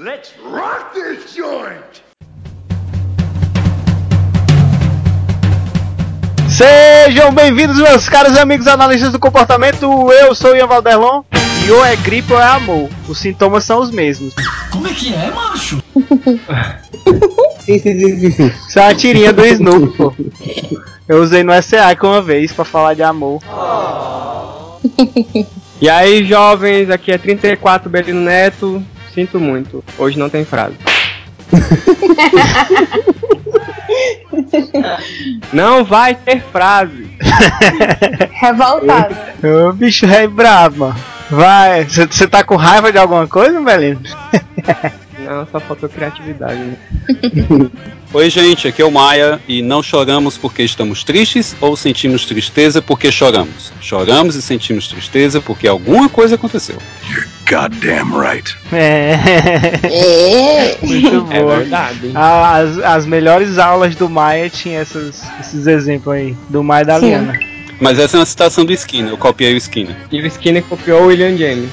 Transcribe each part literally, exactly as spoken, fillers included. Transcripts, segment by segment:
Let's rock this joint! Sejam bem-vindos, meus caros amigos analistas do comportamento. Eu sou o Ian Valderlon e ou é gripe ou é amor. Os sintomas são os mesmos. Como é que é, macho? Sim, sim, sim, sim, sim. Isso é uma tirinha do Snoopy, pô. Eu usei no S A uma vez pra falar de amor. E aí, jovens, aqui é trinta e quatro Belino Neto. Sinto muito, hoje não tem frase. Não vai ter frase. Revoltado. O bicho é brabo, mano. Vai, você tá com raiva de alguma coisa, Belino? Não, só faltou criatividade, né? Oi, gente, aqui é o Maia e não choramos porque estamos tristes ou sentimos tristeza porque choramos. Choramos e sentimos tristeza porque alguma coisa aconteceu. You're goddamn right. É. É. Muito bom. É verdade. As, as melhores aulas do Maia tinham essas, esses exemplos aí. Do Maia e da Sim. Liana. Mas essa é uma citação do Skinner, eu copiei o Skinner. E o Skinner copiou o William James.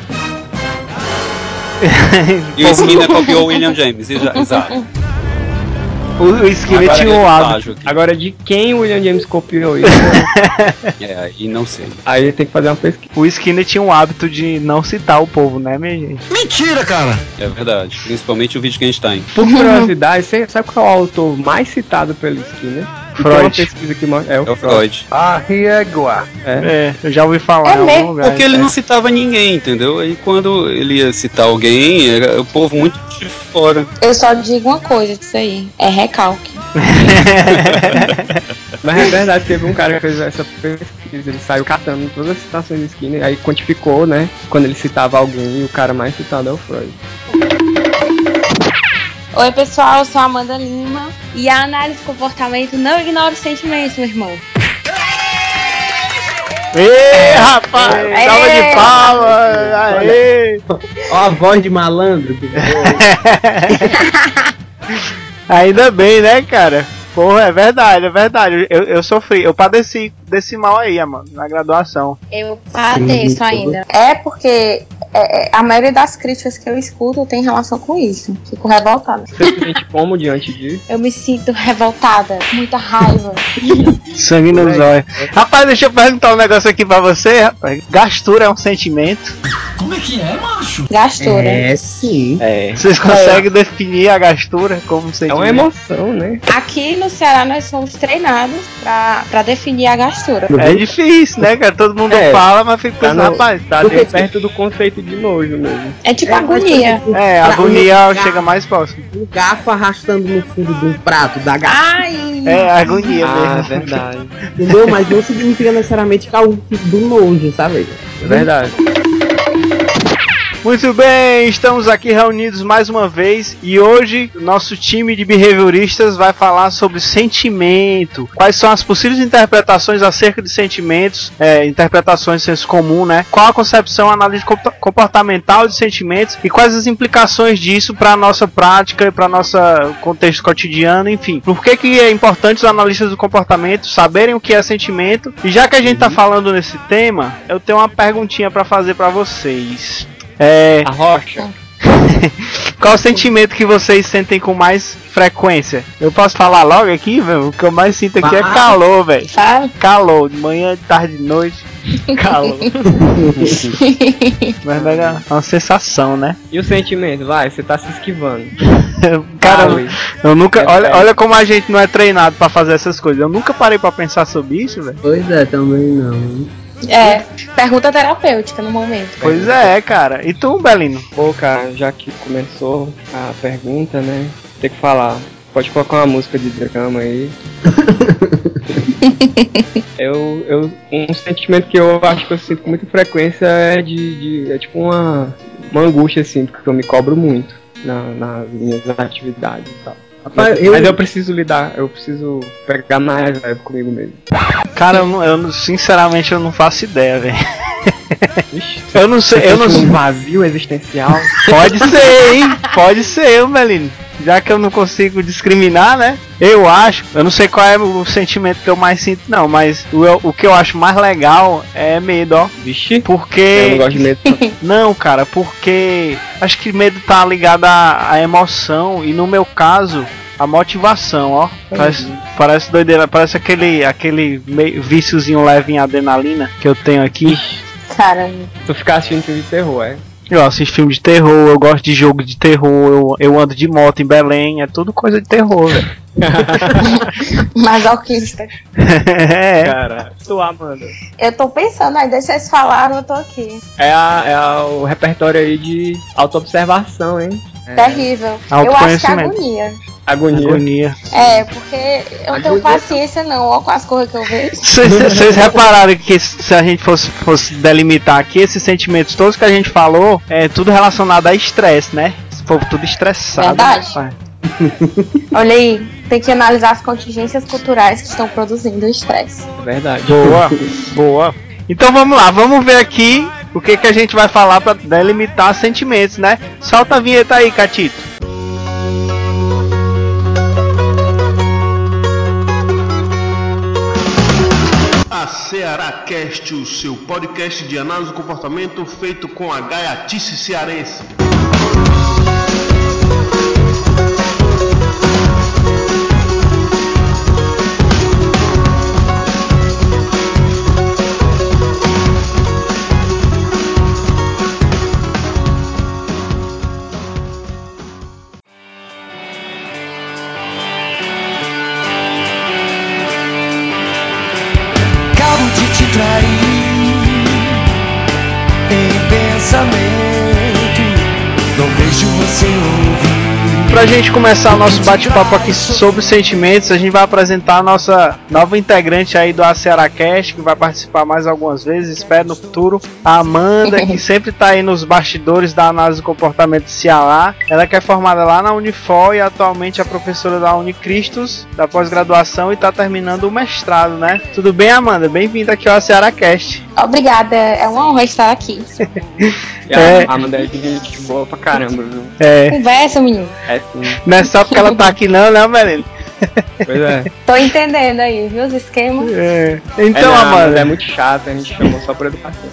E o Skinner copiou o William James, exato. O, o Skinner Agora tinha é um hábito. plágio aqui. Agora, de quem o William James copiou isso? É, aí não sei. Aí tem que fazer uma pesquisa. O Skinner tinha um hábito de não citar o povo, né, minha gente? Mentira, cara! É verdade, principalmente o Wittgenstein. Por curiosidade, você sabe qual é o autor mais citado pelo Skinner? Freud. Tem uma pesquisa que mostra. É o, É o Freud. Ah, Riegua. É. É, eu já ouvi falar É em algum mesmo? lugar. Porque ele não citava ninguém, entendeu? Aí quando ele ia citar alguém, era o povo muito de fora. Eu só digo uma coisa disso aí. É recalque. Mas é verdade, teve um cara que fez essa pesquisa, ele saiu catando todas as citações do Skinner, aí quantificou, né? Quando ele citava alguém, e o cara mais citado é o Freud. Oi, pessoal, eu sou a Amanda Lima. E a análise de comportamento não ignora os sentimentos, meu irmão. Ê, rapaz! É. Salva de palmas! Aê! Ó a voz de malandro. Ainda bem, né, cara? Porra, é verdade, é verdade. Eu, eu sofri, eu padeci desse mal aí, mano, na graduação. Eu padeço ainda. É porque é, é, a maioria das críticas que eu escuto tem relação com isso. Fico revoltada. Você se sente como diante disso? Eu me sinto revoltada, muita raiva. Sangue nos olhos. Rapaz, deixa eu perguntar um negócio aqui pra você, rapaz. Gastura é um sentimento? Como é que é, macho? Gastura. É, sim. É. Vocês conseguem definir a gastura como um É sentimento? uma emoção, né? Aqui no Ceará nós somos treinados pra, pra definir a gastura. É difícil, né, cara? Todo mundo É. fala, mas fica Tá, pensando, no, rapaz. tá porque- bem perto do conceito de nojo mesmo. É tipo É, mas, agonia. por exemplo, É, a pra- agonia um chega garfo- mais próximo. Um garfo arrastando no fundo de um prato da garrafa. Ai! É, a agonia Ah, mesmo. verdade. Entendeu? Mas não significa necessariamente que é algo tipo do nojo, sabe? É verdade. Muito bem, estamos aqui reunidos mais uma vez e hoje o nosso time de behavioristas vai falar sobre sentimento. Quais são as possíveis interpretações acerca de sentimentos, é, interpretações de senso comum, né? Qual a concepção, análise comp- comportamental de sentimentos e quais as implicações disso para a nossa prática e para o nosso contexto cotidiano, enfim. Por que, que é importante os analistas do comportamento saberem o que é sentimento? E já que a gente está falando nesse tema, eu tenho uma perguntinha para fazer para vocês. É, A rocha. qual o sentimento que vocês sentem com mais frequência? Eu posso falar logo aqui, velho? O que eu mais sinto aqui é Ah. calor, velho. Sabe? Calor, de manhã, de tarde, de noite. Calor. Mas é uma sensação, né? E o sentimento? Vai, você tá se esquivando. Cara, Fale. eu nunca. É Olha, sério. olha como a gente não é treinado pra fazer essas coisas. Eu nunca parei pra pensar sobre isso, velho. Pois é, também não. É, pergunta terapêutica no momento. Pois é, cara. E tu, Belino? Pô, cara, já que começou a pergunta, né? Tem que falar. Pode colocar uma música de drama aí. eu, eu, um sentimento que eu acho que eu sinto com muita frequência é de, de é tipo uma, uma angústia, assim, porque eu me cobro muito na, nas minhas atividades e tal. Rapaz, Mas eu- mas eu preciso lidar, eu preciso pegar mais leve comigo mesmo. Cara, eu, não- eu não- sinceramente eu não faço ideia, velho. Ixi, Eu não sei, eu não sei. Um vazio existencial. Pode ser, hein? Pode ser, Melino. Já que eu não consigo discriminar, né? Eu acho, eu não sei qual é o sentimento que eu mais sinto, não, mas o, o que eu acho mais legal é medo, ó. Vixe. Porque. Eu não gosto de medo. Não, cara, porque acho que medo tá ligado à, à emoção e no meu caso, a motivação, ó. Parece, parece doideira, parece aquele, aquele meio, viciozinho leve em adrenalina que eu tenho aqui. Caramba. Tu ficar assistindo filme de terror, é? Eu assisto filme de terror, eu gosto de jogo de terror, eu, eu ando de moto em Belém, é tudo coisa de terror, velho. Masoquista. É. Cara, tu, Amanda. Eu tô pensando, aí deixa eles falarem, eu tô aqui. É, a, é a, o repertório aí de autoobservação, hein? É. Terrível. Eu acho que é agonia. Agonia. Agonia. É, porque eu não tenho paciência não, ó, com as coisas que eu vejo. Vocês repararam que se a gente fosse, fosse delimitar aqui, esses sentimentos todos que a gente falou, é tudo relacionado a estresse, né? Esse povo tudo estressado. Verdade. Né? Olha aí, tem que analisar as contingências culturais que estão produzindo o estresse. É verdade. Boa, boa. Então vamos lá, vamos ver aqui o que, que a gente vai falar para delimitar sentimentos, né? Solta a vinheta aí, Catito. A Cearacast, o seu podcast de análise do comportamento feito com a gaiatice cearense. Te trair em pensamento, não vejo você ouvir. Pra gente começar o nosso bate-papo aqui sobre sentimentos, a gente vai apresentar a nossa nova integrante aí do Cearacast, que vai participar mais algumas vezes, espero no futuro, a Amanda, que sempre tá aí nos bastidores da análise do comportamento do Ceará. Ela que é formada lá na Unifor e atualmente é professora da Unicristos, da pós-graduação, e tá terminando o mestrado, né? Tudo bem, Amanda? Bem-vinda aqui ao Cearacast. Obrigada, é uma honra estar aqui. É. A Amanda é gente boa pra caramba, viu? É. Conversa, menino. É sim. Não é só porque ela tá aqui não, né, Melino? Pois é. Tô entendendo aí, viu, os esquemas? É. Então, é, não, Amanda. É muito chato, a gente chamou só por educação.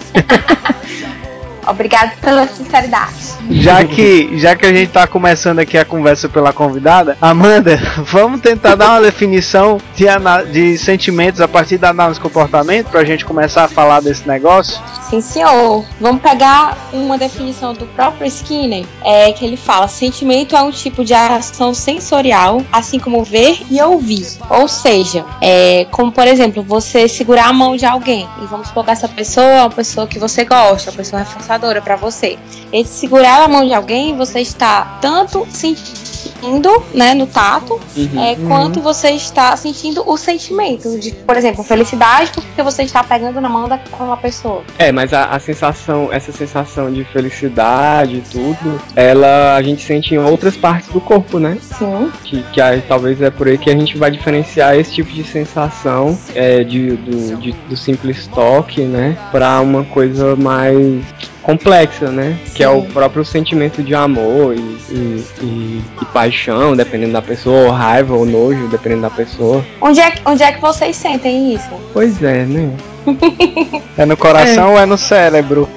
Obrigada pela sinceridade. Já que, já que a gente tá começando aqui a conversa pela convidada, Amanda, vamos tentar dar uma definição de, de sentimentos a partir da análise de comportamento pra gente começar a falar desse negócio? Sim, senhor. Vamos pegar uma definição do próprio Skinner, é, que ele fala: sentimento é um tipo de ação sensorial, assim como ver e ouvir. Ou seja, é, como por exemplo, você segurar a mão de alguém, e vamos colocar essa pessoa, uma pessoa que você gosta, uma pessoa reforçadora para você. Esse segurar a mão de alguém, você está tanto sentindo, né, no tato, Uhum, é, uhum. quanto você está sentindo o sentimento de, por exemplo, felicidade, porque você está pegando na mão daquela pessoa. É, mas a, a sensação, essa sensação de felicidade e tudo, ela a gente sente em outras partes do corpo, né? Sim. Que, que aí, talvez é por aí que a gente vai diferenciar esse tipo de sensação é, de, do, de, do simples toque, né? Pra uma coisa mais complexa, né? Sim. Que é o próprio sentimento de amor e, e, e, e paixão, dependendo da pessoa, ou raiva ou nojo, dependendo da pessoa. Onde é, onde é que vocês sentem isso? Pois é, né? É no coração é. ou é no cérebro?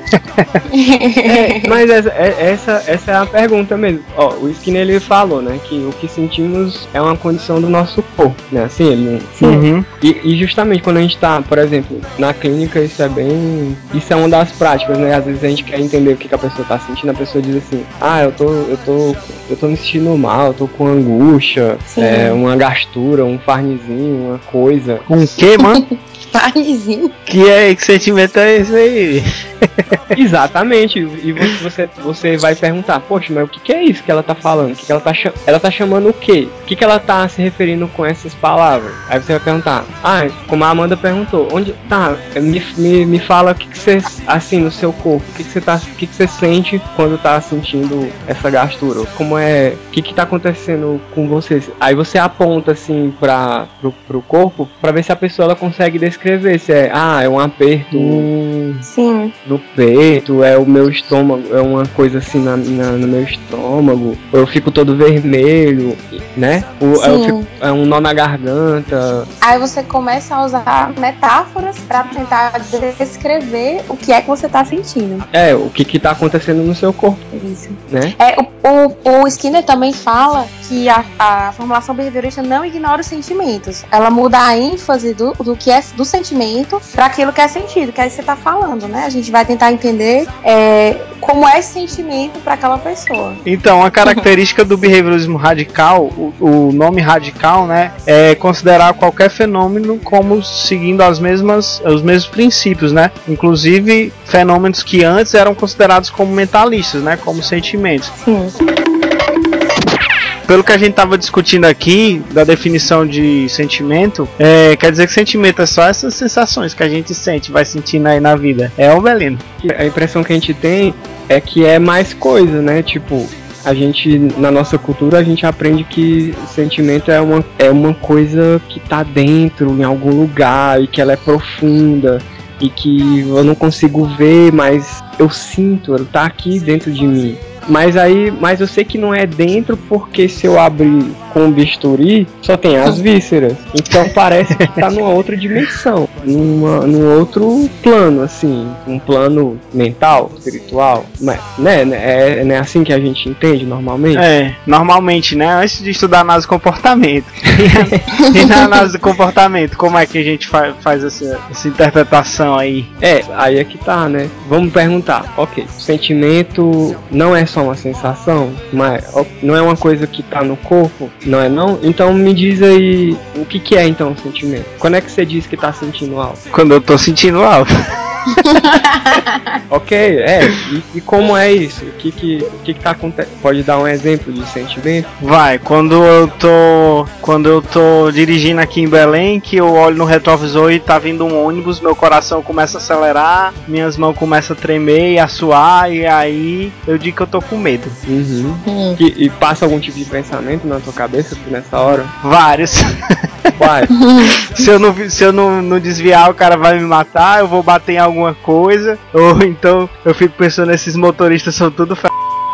É, mas essa, essa, essa é a pergunta mesmo. Ó, o Skinner ele falou, né, que o que sentimos é uma condição do nosso corpo, né? Assim, ele uhum. e, e justamente quando a gente tá, por exemplo, na clínica, isso é bem, isso é uma das práticas, né? Às vezes a gente quer entender o que, que a pessoa tá sentindo, a pessoa diz assim: "Ah, eu tô, eu tô, eu tô me sentindo mal, eu tô com angústia, é, uma gastura, um farnizinho, uma coisa". Um quê, mano? Farnizinho. Que é, que sentimento é esse aí? Exatamente, e você, você vai perguntar: poxa, mas o que, que é isso que ela tá falando? O que, que ela tá cham... ela tá chamando o quê? O que, que ela tá se referindo com essas palavras? Aí você vai perguntar: ah, como a Amanda perguntou, onde tá? Me, me, me fala o que, que você, assim, no seu corpo, o que, que você tá, o que, que você sente quando tá sentindo essa gastura? Como é, o que que tá acontecendo com você? Aí você aponta assim para pro, pro corpo, para ver se a pessoa ela consegue des, descrever se é, ah, é um aperto Sim. no peito, é o meu estômago, é uma coisa assim na, na- no meu estômago, ou eu fico todo vermelho, né? Ou Sim. eu fico, é um nó na garganta. Aí você começa a usar metáforas pra tentar descrever o que é que você tá sentindo. É, o que que tá acontecendo no seu corpo, Isso. né? É, o, o, o Skinner também fala que a, a formulação behaviorista não ignora os sentimentos. Ela muda a ênfase do, do que é do sentimento para aquilo que é sentido, que aí você tá falando, né? A gente vai tentar entender é, como é esse sentimento para aquela pessoa. Então, a característica do behaviorismo radical, o, o nome radical, né, é considerar qualquer fenômeno como seguindo as mesmas, os mesmos princípios, né? Inclusive fenômenos que antes eram considerados como mentalistas, né, como sentimentos. Sim. Pelo que a gente estava discutindo aqui, da definição de sentimento, é, quer dizer que sentimento é só essas sensações que a gente sente, vai sentindo aí na vida. É o Belino. A impressão que a gente tem é que é mais coisa, né? Tipo, a gente, na nossa cultura, a gente aprende que sentimento é uma, é uma coisa que tá dentro, em algum lugar, e que ela é profunda, e que eu não consigo ver, mas eu sinto, ela tá aqui dentro de mim. Mas aí, mas eu sei que não é dentro, porque se eu abrir com um bisturi, só tem as vísceras. Então parece que tá numa outra dimensão, numa, num outro plano, assim, um plano mental, espiritual. Mas, né, é, é assim que a gente entende normalmente? É, normalmente, né? Antes de estudar análise do comportamento. E na análise do comportamento, como é que a gente fa faz essa, essa interpretação aí? É, aí é que tá, né? Vamos perguntar, ok, sentimento não é só uma sensação, mas não é uma coisa que tá no corpo, não é não? Então me diz aí, o que que é então o sentimento? Quando é que você diz que tá sentindo algo? Quando eu tô sentindo algo. Ok, é, e, e como é isso? O que que, o que que tá acontecendo? Pode dar um exemplo de sentimento? Vai, quando eu tô. Quando eu tô dirigindo aqui em Belém, que eu olho no retrovisor e tá vindo um ônibus, meu coração começa a acelerar, minhas mãos começam a tremer e a suar, e aí eu digo que eu tô com medo. Uhum. Hum. E, e passa algum tipo de pensamento na tua cabeça nessa hora? Vários. Vai. Se eu, não, se eu não, não desviar, o cara vai me matar, eu vou bater em alguma coisa, ou então eu fico pensando, esses motoristas são tudo f...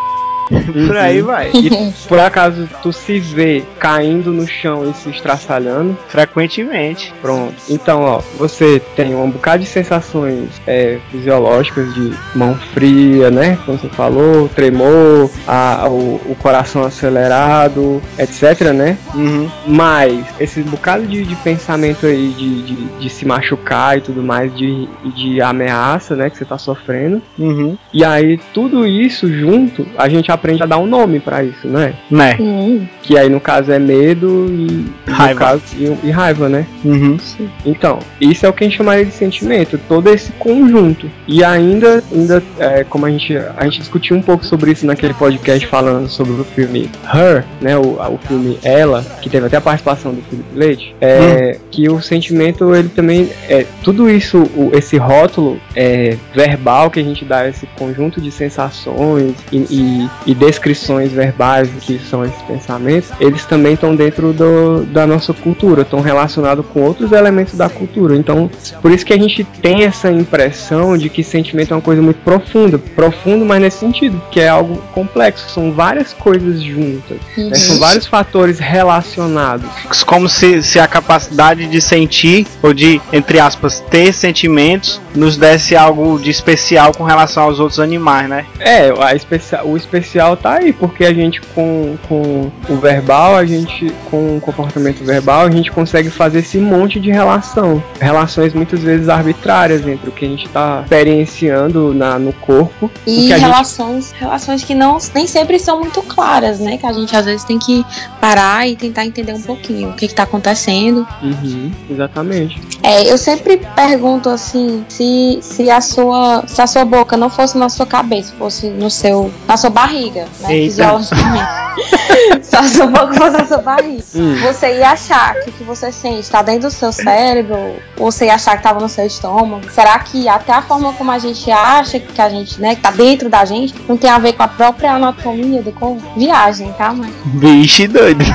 Por aí vai. E por acaso tu se vê caindo no chão e se estraçalhando? Frequentemente. Pronto. Então, ó, você tem um bocado de sensações é, fisiológicas de mão fria, né? Como você falou, tremor, a, o, o coração acelerado, etc, né? Uhum. Mas esse bocado de, de pensamento aí de, de, de se machucar e tudo mais, de, de ameaça, né? Que você tá sofrendo. Uhum. E aí, tudo isso junto, a gente aprende a dar um nome pra isso, né? Né? Hum. Que aí no caso é medo e, e Raiva. No caso, e, e raiva, né? Uhum. Então, isso é o que a gente chamaria de sentimento, todo esse conjunto. E ainda, ainda é, como a gente, a gente discutiu um pouco sobre isso naquele podcast falando sobre o filme Her, né? O, o filme Ela, que teve até a participação do Felipe Leite, é, hum. que o sentimento, ele também é tudo isso, o, esse rótulo é, verbal que a gente dá, esse conjunto de sensações e, e, e descrições verbais que são esses pensamentos, eles também estão dentro do, da nossa cultura, estão relacionados com outros elementos da cultura. Então, por isso que a gente tem essa impressão de que sentimento é uma coisa muito profunda, profundo, mas nesse sentido, que é algo complexo, são várias coisas juntas, uhum. né? São vários fatores relacionados. Como se, se a capacidade de sentir, ou de, entre aspas, ter sentimentos, nos desse algo de especial com relação aos outros animais, né? É, a especia- o especial tá aí, porque a gente com, com o verbal, a gente com o comportamento verbal, a gente consegue fazer esse monte de relação. Relações muitas vezes arbitrárias entre o que a gente tá experienciando na, no corpo. E que a relações, gente... relações que não, nem sempre são muito claras, né? Que a gente às vezes tem que parar e tentar entender um pouquinho o que, que tá acontecendo. Uhum, exatamente. É, eu sempre pergunto assim, se, se, a sua, se a sua boca não fosse na sua cabeça, fosse no seu, na sua barriga, né? Fisiologicamente. Se a sua boca fosse na sua barriga, hum. você ia achar que o que você sente tá dentro do seu cérebro, ou você ia achar que tava no seu estômago? Será que até a forma como a gente acha que a gente, né, que tá dentro da gente, não tem a ver com a própria anatomia do corpo? Viagem, tá, mãe? Vixe, doido.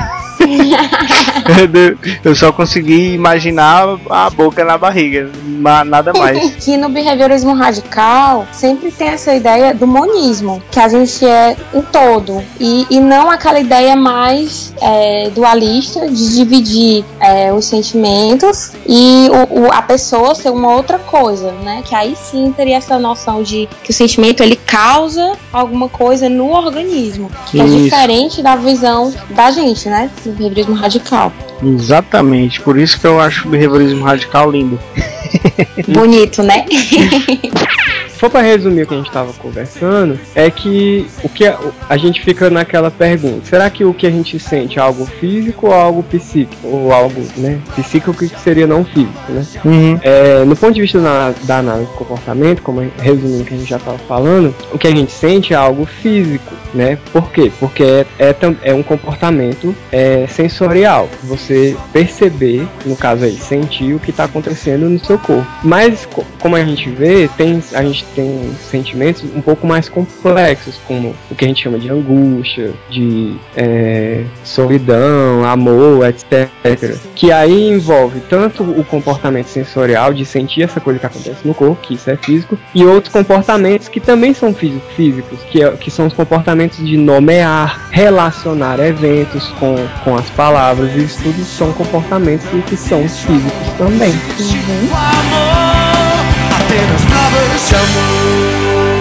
Eu só consegui imaginar a boca na barriga, nada mais. Que no behaviorismo radical sempre tem essa ideia do monismo, que a gente é um todo, e, e não aquela ideia mais é, dualista de dividir é, os sentimentos e o, o, a pessoa ser uma outra coisa, né? Que aí sim teria essa noção de que o sentimento ele causa alguma coisa no organismo, que Isso. é diferente da visão da gente, né? Do behaviorismo radical. Exatamente, por isso que eu acho o behaviorismo radical lindo. Bonito, né? Só para resumir o que a gente estava conversando, é que o que a, a gente fica naquela pergunta: será que o que a gente sente é algo físico ou algo psíquico? Ou algo, né, psíquico que seria não físico, né? Uhum. É, no ponto de vista da, da análise do comportamento, como resumindo o que a gente já estava falando, o que a gente sente é algo físico, né? Por quê? Porque é, é, é um comportamento é, sensorial. Você perceber, no caso aí, sentir o que está acontecendo no seu corpo. Mas, como a gente vê, tem, a gente tem sentimentos um pouco mais complexos, como o que a gente chama de angústia, de é, solidão, amor, etcétera. Que aí envolve tanto o comportamento sensorial, de sentir essa coisa que acontece no corpo, que isso é físico, e outros comportamentos que também são físicos, que, é, que são os comportamentos de nomear, relacionar eventos com, com as palavras, e isso tudo são comportamentos que, que são físicos também. Uhum. Apenas provas de amor.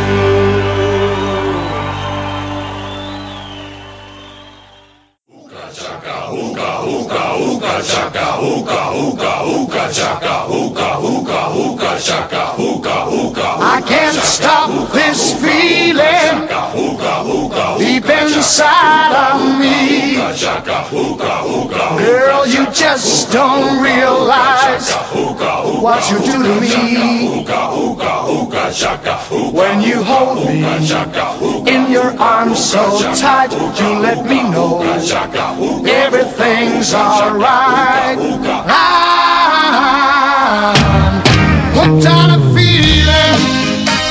Uka chaka, uka, uka, uka chaka, uka, uka, uka chaka, uka, uka, uka chaka, uka, uka. I can't stop this feeling deep inside of me. Girl, you just don't realize what you do to me. When you hold me in your arms so tight, you let me know everything's alright. I'm hooked on a feeling.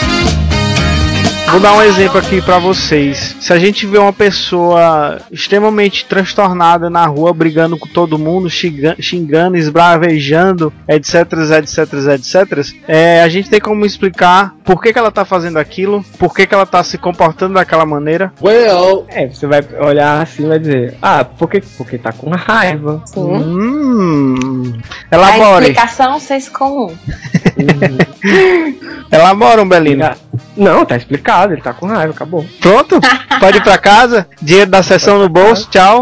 Vou dar um exemplo aqui pra vocês. Se a gente vê uma pessoa extremamente transtornada na rua, brigando com todo mundo, xingando, esbravejando, etc, etc, etc, é, a gente tem como explicar por que, que ela tá fazendo aquilo, por que, que ela tá se comportando daquela maneira. Well, é, você vai olhar assim e vai dizer, ah, por que? Porque tá com raiva. Sim. Hum, elabore. A explicação senso comum. Elabora, um Belino. Não, tá explicado, ele tá com raiva, acabou. Pronto? Pode ir pra casa, dinheiro da sessão no bolso, tchau.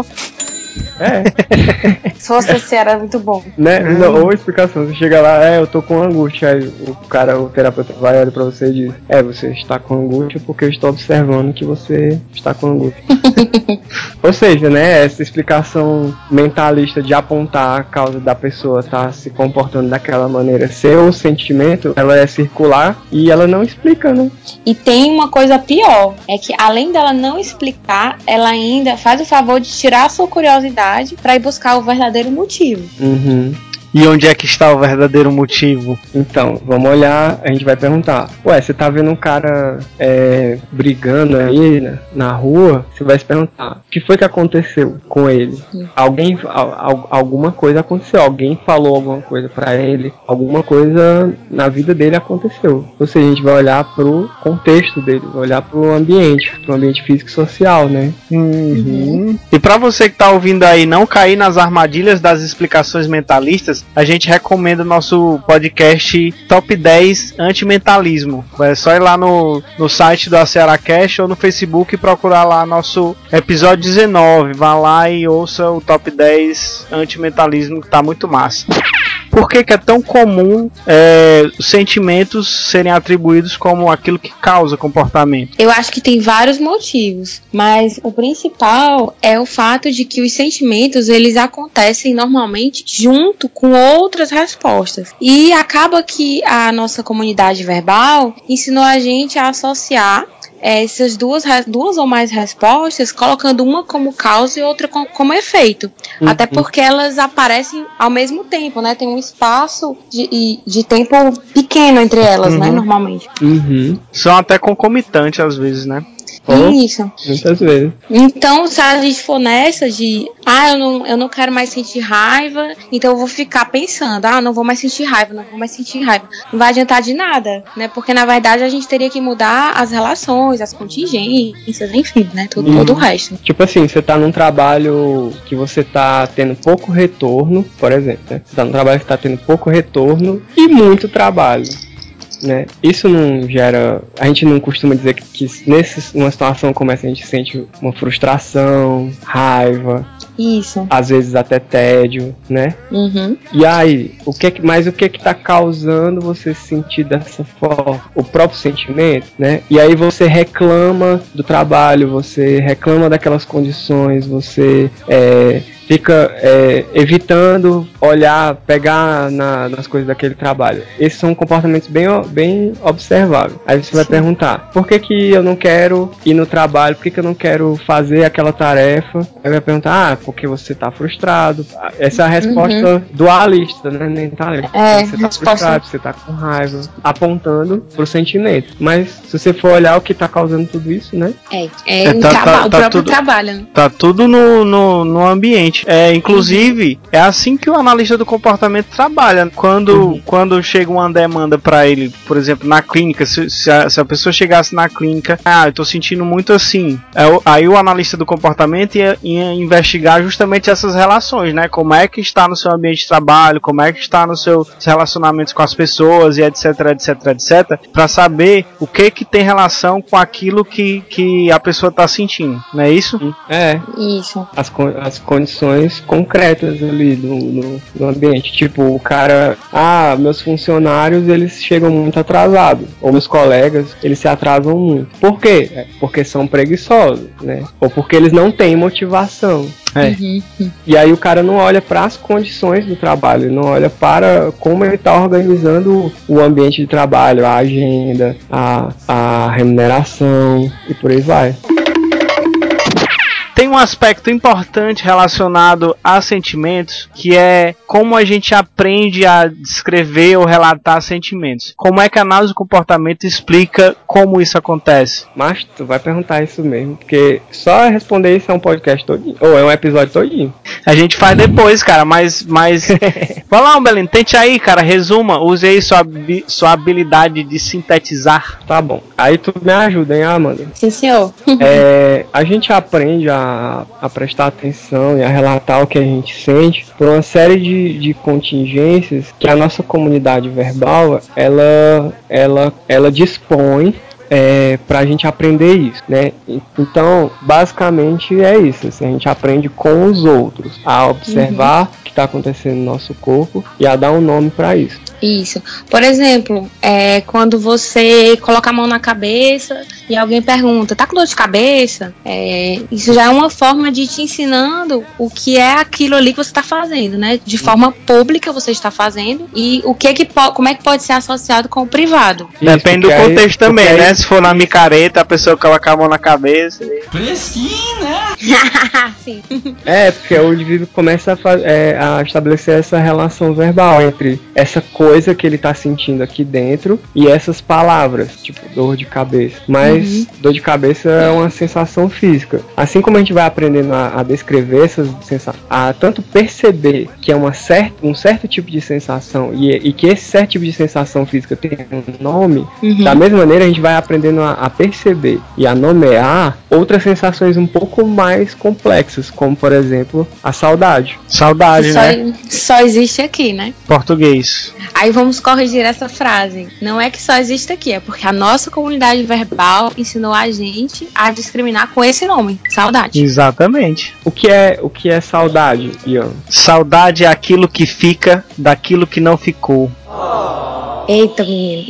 É. Se fosse assim, era muito bom. Né? Hum. Não, ou explicação, você chega lá, é, eu tô com angústia, aí o cara, o terapeuta vai olhar pra você e diz, é, você está com angústia porque eu estou observando que você está com angústia. Ou seja, né, essa explicação mentalista de apontar a causa da pessoa estar se comportando daquela maneira, seu sentimento, ela é circular e ela não explica, né? E tem uma coisa pior, é que além dela não explicar, ela ainda faz o favor de tirar a sua curiosidade para ir buscar o verdadeiro motivo. Uhum. E onde é que está o verdadeiro motivo? Então, vamos olhar, a gente vai perguntar, ué, você tá vendo um cara é, brigando aí na, na rua, você vai se perguntar, o que foi que aconteceu com ele? Sim. Alguém, al, alguma coisa aconteceu, alguém falou alguma coisa pra ele, alguma coisa na vida dele aconteceu. Ou seja, a gente vai olhar pro contexto dele, vai olhar pro ambiente, pro ambiente físico e social, né? Uhum. E pra você que tá ouvindo aí não cair nas armadilhas das explicações mentalistas, a gente recomenda o nosso podcast Top dez Antimentalismo. É só ir lá no, no site do AcearaCast ou no Facebook e procurar lá nosso episódio dezenove. Vá lá e ouça o Top dez Antimentalismo, que tá muito massa. Por que, que é tão comum é, os sentimentos serem atribuídos como aquilo que causa comportamento? Eu acho que tem vários motivos, mas o principal é o fato de que os sentimentos eles acontecem normalmente junto com outras respostas. E acaba que a nossa comunidade verbal ensinou a gente a associar essas duas, duas ou mais respostas, colocando uma como causa e outra com, como efeito. Uhum. Até porque elas aparecem ao mesmo tempo, né? Tem um espaço de, de tempo pequeno entre elas, uhum. né? Normalmente. Uhum. São até concomitantes às vezes, né? Oh, Isso. Muitas vezes. Então, se a gente for nessa de, ah, eu não, eu não quero mais sentir raiva, então eu vou ficar pensando, ah, não vou mais sentir raiva, não vou mais sentir raiva. Não vai adiantar de nada, né? Porque, na verdade, a gente teria que mudar as relações, as contingências, enfim, né? Todo, todo o resto. Tipo assim, você tá num trabalho que você tá tendo pouco retorno, por exemplo, né? Você tá num trabalho que tá tendo pouco retorno e muito trabalho. Né? Isso não gera. A gente não costuma dizer que, que nesse, numa situação como essa a gente sente uma frustração, raiva. Isso. Às vezes até tédio, né? Uhum. E aí, o que que, mas o que que tá causando você se sentir dessa forma? O próprio sentimento, né? E aí você reclama do trabalho, você reclama daquelas condições, você é, fica é, evitando olhar, pegar na, nas coisas daquele trabalho. Esses são comportamentos bem, bem observáveis. Aí você vai Sim. perguntar, por que que eu não quero ir no trabalho? Por que que eu não quero fazer aquela tarefa? Aí vai perguntar, ah, porque você tá frustrado. Essa é a resposta uhum. dualista, né? Mentalista. É, você tá frustrado, você tá com raiva, apontando pro sentimento. Mas se você for olhar o que tá causando tudo isso, né? É, é, é tá, tá, o tá próprio tudo, trabalho. Né? Tá tudo no, no, no ambiente. É, inclusive, uhum. é assim que o analista do comportamento trabalha. Quando, uhum. quando chega uma demanda pra ele, por exemplo, na clínica, se, se, a, se a pessoa chegasse na clínica, ah, eu tô sentindo muito assim. Aí o analista do comportamento ia, ia investigar justamente essas relações, né? Como é que está no seu ambiente de trabalho, como é que está nos seus relacionamentos com as pessoas e etc, etc, etc, para saber o que que tem relação com aquilo que, que a pessoa está sentindo, não é isso? É. Isso. As, as condições concretas ali do, no, no ambiente, tipo, o cara, ah, meus funcionários, eles chegam muito atrasados, ou meus colegas, eles se atrasam muito. Por quê? É porque são preguiçosos, né? Ou porque eles não têm motivação. É. Uhum. E aí o cara não olha para as condições do trabalho, ele não olha para como ele está organizando o ambiente de trabalho, a agenda, a, a remuneração e por aí vai. Tem um aspecto importante relacionado a sentimentos, que é como a gente aprende a descrever ou relatar sentimentos. Como é que a análise do comportamento explica como isso acontece? Mas tu vai perguntar isso mesmo, porque só responder isso é um podcast todinho, ou é um episódio todinho. A gente faz depois, cara, mas... mas... Vai lá, Belém, tente aí, cara, resuma, use aí sua, sua habilidade de sintetizar. Tá bom, aí tu me ajuda, hein, Amanda? Sim, senhor. É, a gente aprende a A, a prestar atenção e a relatar o que a gente sente por uma série de, de contingências que a nossa comunidade verbal ela, ela, ela dispõe é, para a gente aprender isso, né? Então, basicamente é isso. Assim, a gente aprende com os outros a observar uhum. o que está acontecendo no nosso corpo e a dar um nome para isso. Isso. Por exemplo, é, quando você coloca a mão na cabeça e alguém pergunta, tá com dor de cabeça? É, isso já é uma forma de te ensinando o que é aquilo ali que você está fazendo, né? De forma pública você está fazendo e o que que po- como é que pode ser associado com o privado. Depende do contexto aí, também, aí, né? Se for na micareta, a pessoa coloca a mão na cabeça. Fresquinho, né? Sim. É, porque o indivíduo começa a, fa- é, a estabelecer essa relação verbal entre essa coisa coisa que ele tá sentindo aqui dentro e essas palavras, tipo dor de cabeça. Mas uhum. dor de cabeça é uma sensação física. Assim como a gente vai aprendendo a, a descrever essas sensações, a tanto perceber que é uma cer- um certo tipo de sensação e, e que esse certo tipo de sensação física tem um nome, uhum. da mesma maneira a gente vai aprendendo a, a perceber e a nomear outras sensações um pouco mais complexas, como por exemplo a saudade. Saudade, só, né? Só existe aqui, né? Português. Aí vamos corrigir essa frase. Não é que só existe aqui, é porque a nossa comunidade verbal ensinou a gente a discriminar com esse nome, saudade. Exatamente. O que é, o que é saudade, Ian? Saudade é aquilo que fica daquilo que não ficou. Eita, menino.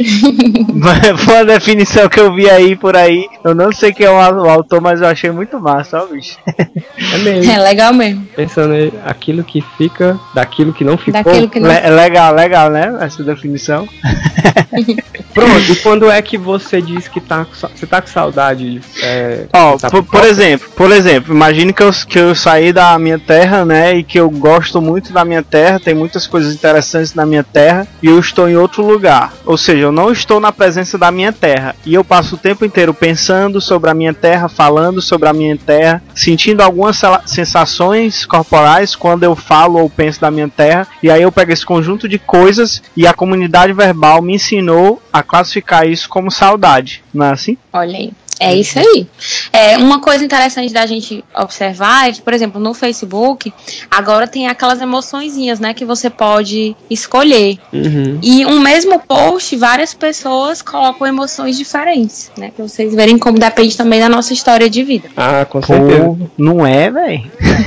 Foi uma definição que eu vi aí por aí. Eu não sei quem é o autor, mas eu achei muito massa, ó, bicho. É mesmo. É legal mesmo. Pensando aí, aquilo que fica daquilo que não ficou. Daquilo que não... É legal, legal, né? Essa definição. Pronto, e quando é que você diz que tá, você tá com saudade? É, Ó, tá por, por exemplo, por exemplo, imagine que eu, que eu saí da minha terra, né, e que eu gosto muito da minha terra, tem muitas coisas interessantes na minha terra, e eu estou em outro lugar. Ou seja, eu não estou na presença da minha terra, e eu passo o tempo inteiro pensando sobre a minha terra, falando sobre a minha terra, sentindo algumas sensações corporais quando eu falo ou penso da minha terra, e aí eu pego esse conjunto de coisas e a comunidade verbal me ensinou a classificar isso como saudade, não é assim? Olha aí. É isso aí. É, uma coisa interessante da gente observar é que, por exemplo, no Facebook, agora tem aquelas emoçõezinhas, né, que você pode escolher. Uhum. E um mesmo post, várias pessoas colocam emoções diferentes, né, pra vocês verem como depende também da nossa história de vida. Ah, com certeza. Pô, não é, velho?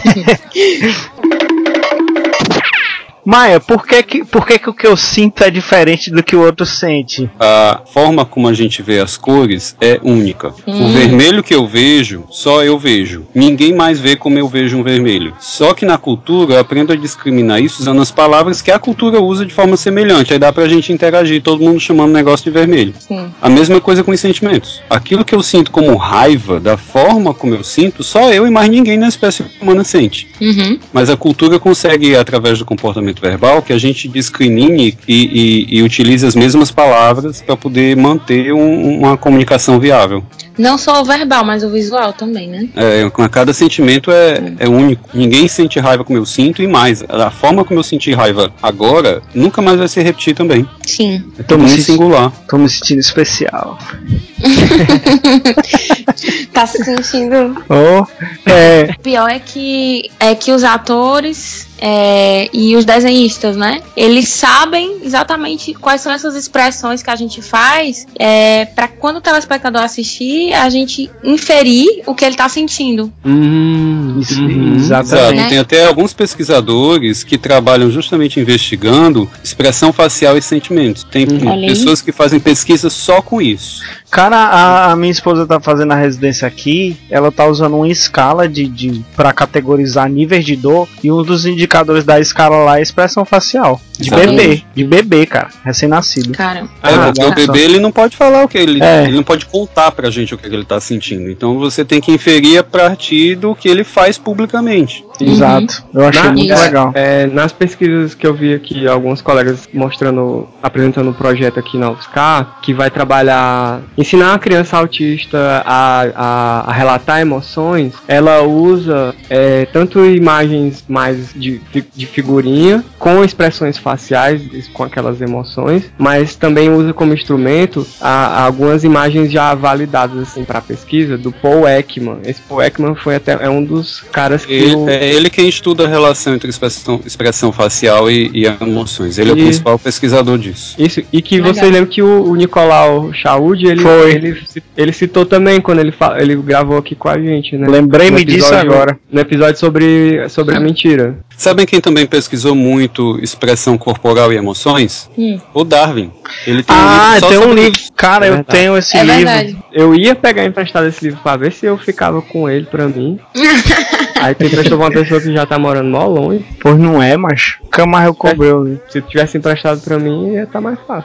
Maia, por que que, por que que o que eu sinto é diferente do que o outro sente? A forma como a gente vê as cores é única. Hum. O vermelho que eu vejo, só eu vejo. Ninguém mais vê como eu vejo um vermelho. Só que na cultura eu aprendo a discriminar isso usando as palavras que a cultura usa de forma semelhante. Aí dá pra gente interagir, todo mundo chamando o negócio de vermelho. Sim. A mesma coisa com os sentimentos. Aquilo que eu sinto como raiva, da forma como eu sinto, só eu e mais ninguém na espécie humana sente. Uhum. Mas a cultura consegue, através do comportamento verbal, que a gente discrimine e, e, e utilize as mesmas palavras para poder manter um, uma comunicação viável. Não só o verbal, mas o visual também, né? É, cada sentimento é, é único. Ninguém sente raiva como eu sinto, e mais, a forma como eu senti raiva agora nunca mais vai se repetir também. Sim. É tão muito singular. Tô me sentindo especial. Tá se sentindo. Oh, é. O pior é que, é que os atores é, e os desenhistas, né? Eles sabem exatamente quais são essas expressões que a gente faz é, para quando o telespectador assistir, a gente inferir o que ele tá sentindo. Hum, Isso, uhum. exatamente. Exato. Tem até alguns pesquisadores que trabalham justamente investigando expressão facial e sentimentos. Tem Olha pessoas que fazem pesquisa só com isso. Cara, a, a minha esposa tá fazendo a residência aqui, ela tá usando uma escala de, de para categorizar níveis de dor, e um dos indicadores da escala lá é a expressão facial. De Exatamente. bebê, de bebê, cara, recém-nascido. Cara, É, Ah, porque o nossa. bebê ele não pode falar o que ele, É. ele não pode contar pra gente o que ele tá sentindo. Então você tem que inferir a partir do que ele faz publicamente. Exato, eu achei Na- muito Isso. legal. É, nas pesquisas que eu vi aqui, alguns colegas mostrando, apresentando um projeto aqui na U F S C A, que vai trabalhar, ensinar a criança autista a, a, a relatar emoções. Ela usa é, tanto imagens mais de, de figurinha, com expressões faciais, com aquelas emoções, mas também usa como instrumento a, a algumas imagens já validadas assim para pesquisa, do Paul Ekman. Esse Paul Ekman foi até é um dos caras que Ele, eu, é ele quem estuda a relação entre expressão, expressão facial e, e emoções. Ele é o E- principal pesquisador disso. Isso, e que Legal. você lembra que o, o Nicolau Chaud, ele, Foi. ele, ele citou também quando ele, fa- ele gravou aqui com a gente, né? Lembrei-me No disso episódio- agora. No episódio sobre, sobre a mentira. Sabem quem também pesquisou muito expressão corporal e emoções? Hum. O Darwin. Ele tem um Ah, livro só tem um sobre livro. Cara, É eu verdade. tenho esse é livro. verdade. Eu ia pegar emprestado esse livro pra ver se eu ficava com ele pra mim. Aí tu emprestou pra uma pessoa que já tá morando mó longe. Pois não é, mas nunca mais eu cobrei o livro. Se tu tivesse emprestado pra mim, ia tá mais fácil.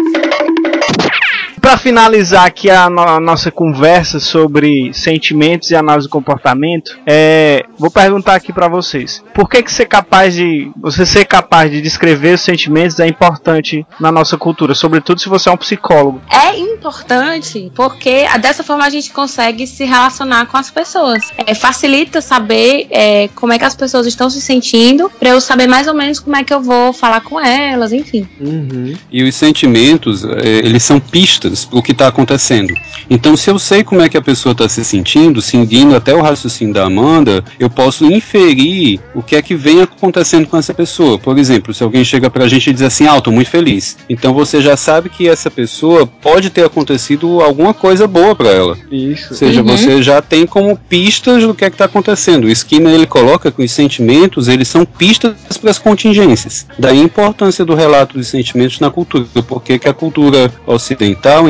Pra finalizar aqui a, no- a nossa conversa sobre sentimentos e análise do comportamento, é, vou perguntar aqui pra vocês: por que que ser capaz de você ser capaz de descrever os sentimentos é importante na nossa cultura, sobretudo se você é um psicólogo? É importante porque a- dessa forma a gente consegue se relacionar com as pessoas. É, facilita saber é, como é que as pessoas estão se sentindo, pra eu saber mais ou menos como é que eu vou falar com elas, enfim. Uhum. E os sentimentos, eh, eles são pistas para o que está acontecendo. Então, se eu sei como é que a pessoa está se sentindo, seguindo até o raciocínio da Amanda, eu posso inferir o que é que vem acontecendo com essa pessoa. Por exemplo, se alguém chega pra gente e diz assim, ah, eu tô muito feliz. Então você já sabe que essa pessoa pode ter acontecido alguma coisa boa para ela. Isso. Ou seja, Uhum. você já tem como pistas do que é que está acontecendo. O Skinner, ele coloca que os sentimentos, eles são pistas para as contingências. Daí a importância do relato dos sentimentos na cultura, porque que a cultura ocidental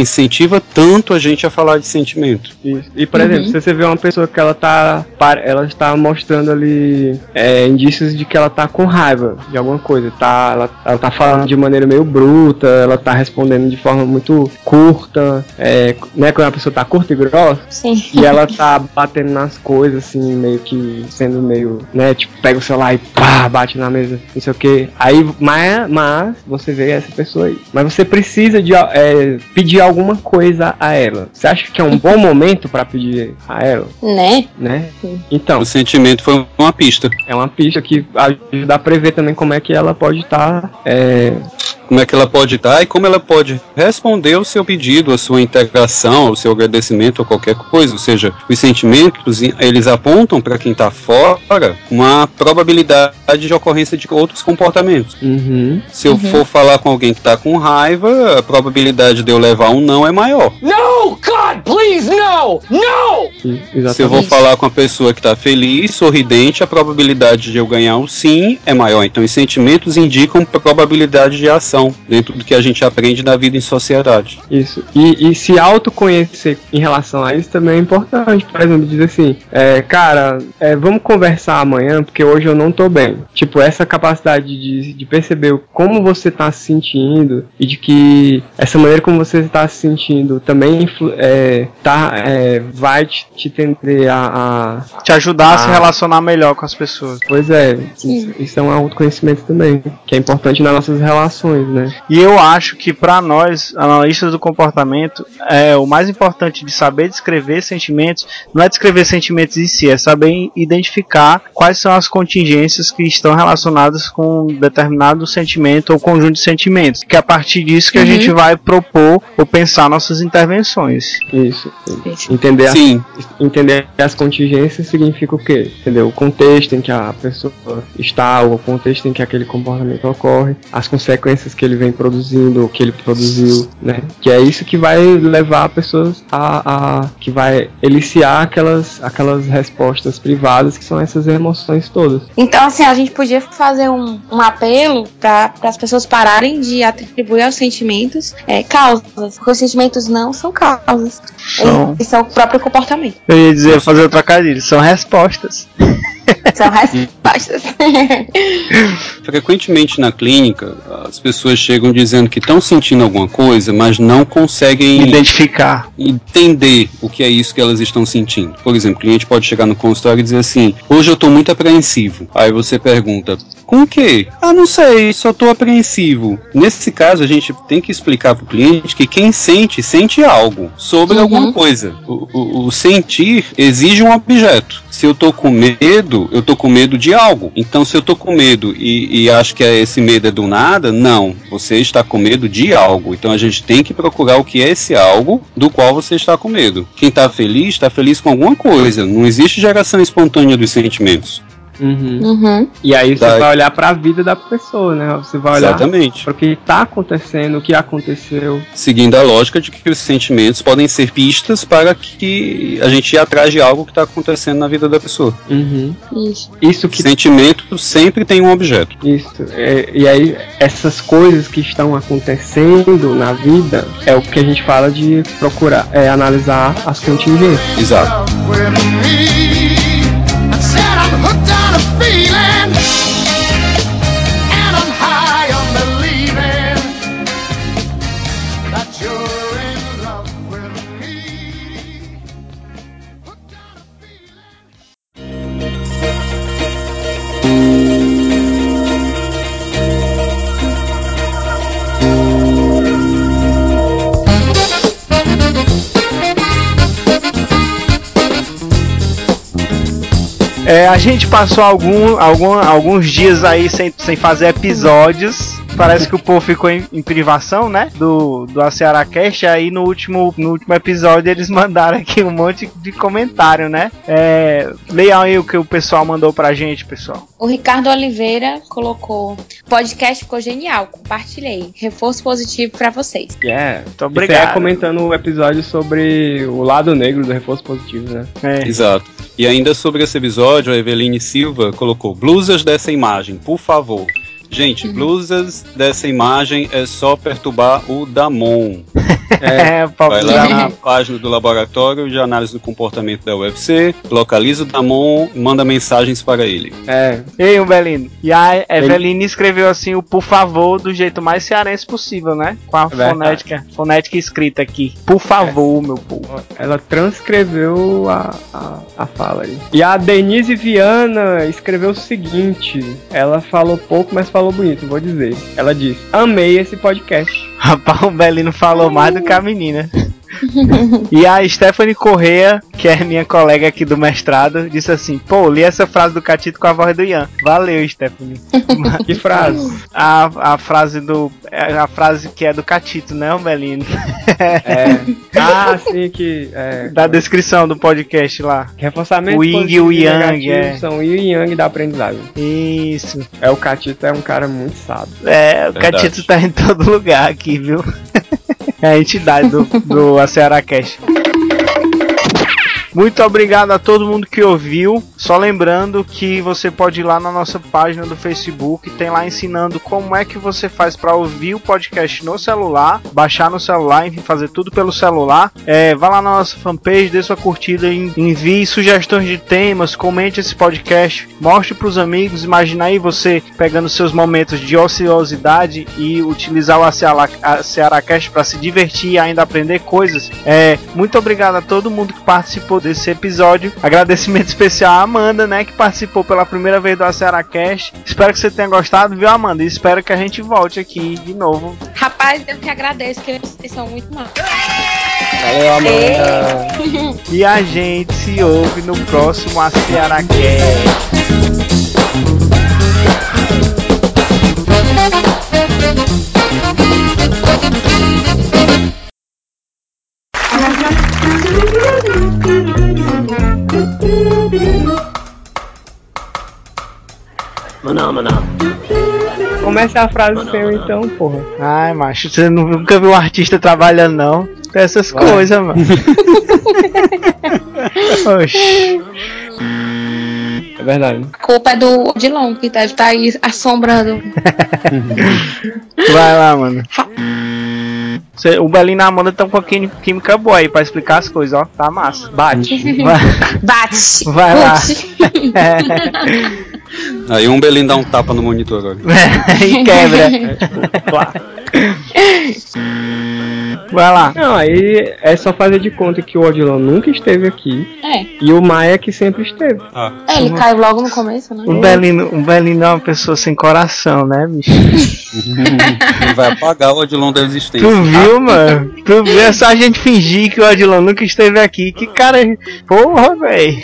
incentiva tanto a gente a falar de sentimento. Isso. E, por uhum. exemplo, se você vê uma pessoa que ela tá, ela está mostrando ali é, indícios de que ela tá com raiva de alguma coisa, tá, ela, ela tá falando de maneira meio bruta, ela tá respondendo de forma muito curta, é, né, quando a pessoa tá curta e grossa, sim. E ela tá batendo nas coisas, assim, meio que sendo meio, né, tipo, pega o celular e pá, bate na mesa, não sei o que. Aí, mas, mas você vê essa pessoa aí. Mas você precisa de é, pedir alguma coisa a ela. Você acha que é um bom momento pra pedir a ela? Né? Né? Então. O sentimento foi uma pista. É uma pista que ajuda a prever também como é que ela pode estar. Tá, é... Como é que ela pode estar e como ela pode responder o seu pedido, a sua integração, o seu agradecimento ou qualquer coisa. Ou seja, os sentimentos, eles apontam para quem está fora uma probabilidade de ocorrência de outros comportamentos. Uhum. Se eu uhum. for falar com alguém que está com raiva, a probabilidade de eu levar um não é maior. No, God, please, no, no! Exatamente. Se eu vou falar com a pessoa que está feliz, sorridente, a probabilidade de eu ganhar um sim é maior. Então, os sentimentos indicam probabilidade de ação dentro do que a gente aprende na vida em sociedade. Isso. E, e se autoconhecer em relação a isso também é importante. Por exemplo, dizer assim, é, cara, é, vamos conversar amanhã porque hoje eu não tô bem. Tipo, essa capacidade de, de perceber como você tá se sentindo e de que essa maneira como você tá se sentindo também é, tá, é, vai te, te tender a, a... te ajudar a, a se relacionar melhor com as pessoas. Pois é. Isso, isso é um autoconhecimento também, que é importante nas nossas relações. Né? E eu acho que para nós, analistas do comportamento, é o mais importante de saber descrever sentimentos, não é descrever sentimentos em si, é saber identificar quais são as contingências que estão relacionadas com determinado sentimento ou conjunto de sentimentos, que é a partir disso que uhum. a gente vai propor ou pensar nossas intervenções. Isso. Entender, Sim. As, entender as contingências significa o quê? Entendeu? O contexto em que a pessoa está, ou o contexto em que aquele comportamento ocorre, as consequências que ele vem produzindo, o que ele produziu, né? Que é isso que vai levar pessoas a, a que vai eliciar aquelas, aquelas respostas privadas que são essas emoções todas. Então, assim, a gente podia fazer um, um apelo para as pessoas pararem de atribuir aos sentimentos é, causas, porque os sentimentos não são causas, são. Eles são o próprio comportamento. Eu ia dizer, fazer o trocadilho, são respostas. São respostas. Frequentemente na clínica, as pessoas chegam dizendo que estão sentindo alguma coisa, mas não conseguem identificar, entender o que é isso que elas estão sentindo. Por exemplo, o cliente pode chegar no consultório e dizer assim: hoje eu estou muito apreensivo. Aí você pergunta: com o quê? Ah, não sei, só estou apreensivo. Nesse caso, a gente tem que explicar para o cliente que quem sente, sente algo sobre uhum. alguma coisa. O, o, o sentir exige um objeto. Se eu estou com medo, eu tô com medo de algo. Então, se eu tô com medo e, e acho que esse medo é do nada, não. Você está com medo de algo. Então, a gente tem que procurar o que é esse algo do qual você está com medo. Quem está feliz, está feliz com alguma coisa. Não existe geração espontânea dos sentimentos. Uhum. Uhum. E aí você tá. vai olhar para a vida da pessoa, né? Você vai olhar para o que está acontecendo, o que aconteceu. Seguindo a lógica de que os sentimentos podem ser pistas para que a gente ir atrás de algo que está acontecendo na vida da pessoa. Uhum. Isso. Isso que... Sentimento sempre tem um objeto. Isso. É, e aí essas coisas que estão acontecendo na vida é o que a gente fala de procurar, é analisar as contingências. Exato. É, a gente passou algum, algum, alguns dias aí sem, sem fazer episódios. Parece que o povo ficou em, em privação, né? Do, do AcearaCast. Aí no último, no último episódio eles mandaram aqui um monte de comentário, né? É, leiam aí o que o pessoal mandou pra gente, pessoal. O Ricardo Oliveira colocou: o podcast ficou genial, compartilhei. Reforço positivo pra vocês. Yeah. Muito obrigado. Você é comentando o episódio sobre o lado negro do reforço positivo, né? É. Exato. E ainda sobre esse episódio, a Eveline Silva colocou: blusas dessa imagem, por favor. Gente, blusas dessa imagem é só perturbar o Damon. É, vai lá na página do Laboratório de Análise do Comportamento da U F C, localiza o Damon, manda mensagens para ele. É. Ei, Umbelino. E a Eveline escreveu assim o por favor do jeito mais cearense possível, né? Com a é fonética, fonética escrita aqui. Por favor, é. meu povo. Ela transcreveu a, a, a fala aí. E a Denise Viana escreveu o seguinte. Ela falou pouco, mas falou bonito, vou dizer. Ela disse: amei esse podcast. Rapaz, o Belino falou mais do que a menina. E a Stephanie Correia, que é minha colega aqui do mestrado, disse assim: pô, li essa frase do Catito com a voz do Ian. Valeu, Stephanie. Que frase? A, a frase do. A frase que é do Catito, né, o Belino? É. Ah, sim, que. É, da descrição do podcast lá. Reforçamento o Ying e o Yang. É. São o Yin e Yang da aprendizagem. Isso. É, o Catito é um cara muito sábio. É, o Verdade. Catito tá em todo lugar aqui, viu? É a entidade do, do AcearaCast. Muito obrigado a todo mundo que ouviu. Só lembrando que você pode ir lá na nossa página do Facebook. Tem lá ensinando como é que você faz para ouvir o podcast no celular, baixar no celular, enfim, fazer tudo pelo celular. É, vá lá na nossa fanpage, dê sua curtida, envie sugestões de temas, comente esse podcast, mostre para os amigos. Imagina aí você pegando seus momentos de ociosidade e utilizar o AcearaCast para se divertir e ainda aprender coisas. É, muito obrigado a todo mundo que participou desse episódio. Agradecimento especial à Amanda, né, que participou pela primeira vez do AcearaCast. Espero que você tenha gostado, viu, Amanda? E espero que a gente volte aqui de novo. Rapaz, eu que agradeço, que vocês são muito maus. Valeu, Amanda. E a gente se ouve no próximo AcearaCast. Maná, maná. Comece a frase maná, seu maná. Então, porra. Ai, macho, você nunca viu um artista trabalhando, não? Tem essas Vai. coisas, mano. Oxi. É verdade. A culpa é do Odilon, que deve estar aí assombrando. Vai lá, mano. Cê, o Belino e a Amanda estão com a química boa aí pra explicar as coisas, ó. Tá massa. Bate. Vai. Bate. Vai lá. É. Aí um Belino dá um tapa no monitor agora. E quebra. Claro. Vai lá. Não, aí é só fazer de conta que o Odilon nunca esteve aqui. É. E o Maia que sempre esteve. Ah. É, ele caiu logo no começo, né? O Belino, o Belino é uma pessoa sem coração, né, bicho? Ele vai apagar o Odilon da existência. Tu viu, mano? Tu viu? É só a gente fingir que o Odilon nunca esteve aqui. Que cara. Porra, véi.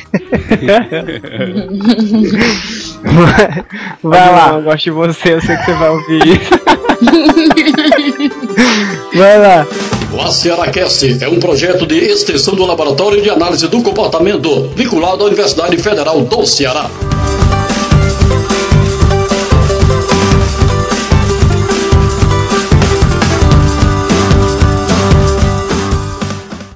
Vai, vai lá. Eu gosto de você, eu sei que você vai ouvir isso. Vai lá. O AcearaCast é um projeto de extensão do Laboratório de Análise do Comportamento, vinculado à Universidade Federal do Ceará.